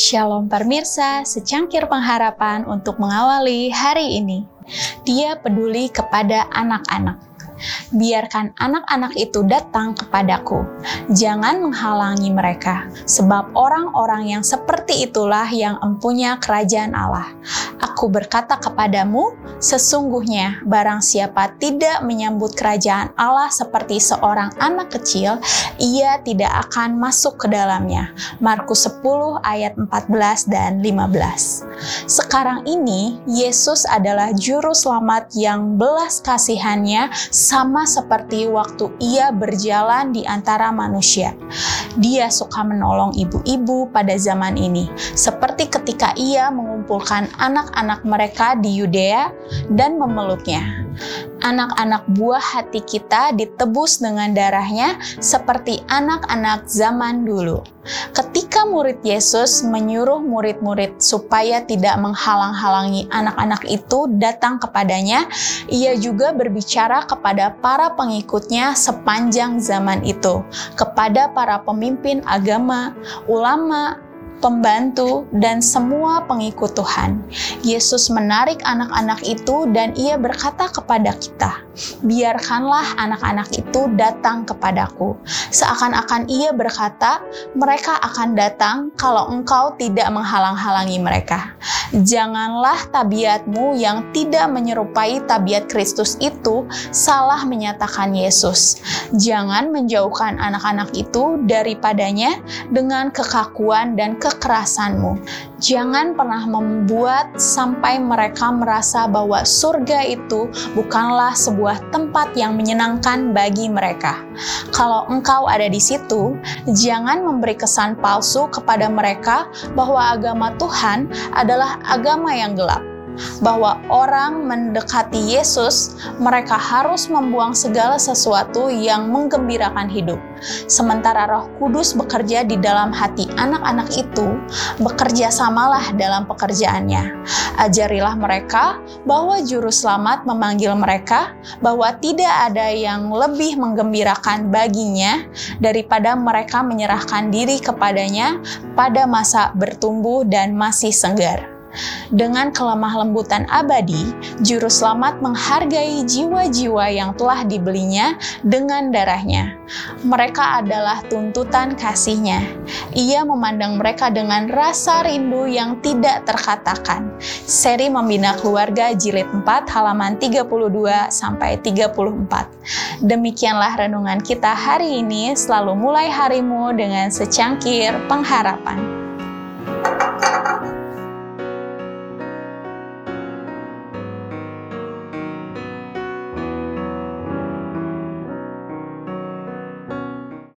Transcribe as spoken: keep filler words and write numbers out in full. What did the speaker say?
Shalom pemirsa, secangkir pengharapan untuk mengawali hari ini. Dia peduli kepada anak-anak. Biarkan anak-anak itu datang kepadaku. Jangan menghalangi mereka, sebab orang-orang yang seperti itulah yang empunya kerajaan Allah. Aku berkata kepadamu, sesungguhnya barang siapa tidak menyambut kerajaan Allah seperti seorang anak kecil, ia tidak akan masuk ke dalamnya. Markus sepuluh ayat empat belas dan lima belas. Sekarang ini, Yesus adalah juru selamat yang belas kasihannya sama seperti waktu ia berjalan di antara manusia. Dia suka menolong ibu-ibu pada zaman ini, seperti ketika ia mengumpulkan anak-anak mereka di Yudea dan memeluknya. Anak-anak buah hati kita ditebus dengan darahnya seperti anak-anak zaman dulu. Ketika murid Yesus menyuruh murid-murid supaya tidak menghalang-halangi anak-anak itu datang kepadanya, ia juga berbicara kepada para pengikutnya sepanjang zaman itu, kepada para pemimpin agama, ulama, pembantu, dan semua pengikut Tuhan. Yesus menarik anak-anak itu dan ia berkata kepada kita, biarkanlah anak-anak itu datang kepadaku. Seakan-akan ia berkata, mereka akan datang kalau engkau tidak menghalang-halangi mereka. Janganlah tabiatmu yang tidak menyerupai tabiat Kristus itu salah menyatakan Yesus. Jangan menjauhkan anak-anak itu daripadanya dengan kekakuan dan kekerasanmu. Jangan pernah membuat sampai mereka merasa bahwa surga itu bukanlah sebuah tempat yang menyenangkan bagi mereka. Kalau engkau ada di situ, jangan memberi kesan palsu kepada mereka bahwa agama Tuhan adalah agama yang gelap. Bahwa orang mendekati Yesus, mereka harus membuang segala sesuatu yang menggembirakan hidup. Sementara Roh Kudus bekerja di dalam hati anak-anak itu, bekerja samalah dalam pekerjaannya. Ajarilah mereka bahwa Juru Selamat memanggil mereka, bahwa tidak ada yang lebih menggembirakan baginya daripada mereka menyerahkan diri kepadanya pada masa bertumbuh dan masih segar. Dengan kelemah lembutan abadi, Juru Selamat menghargai jiwa-jiwa yang telah dibelinya dengan darahnya. Mereka adalah tuntutan kasih-Nya. Ia memandang mereka dengan rasa rindu yang tidak terkatakan. Seri Membina Keluarga Jilid empat halaman tiga puluh dua sampai tiga puluh empat. Demikianlah renungan kita hari ini. Selalu mulai harimu dengan secangkir pengharapan.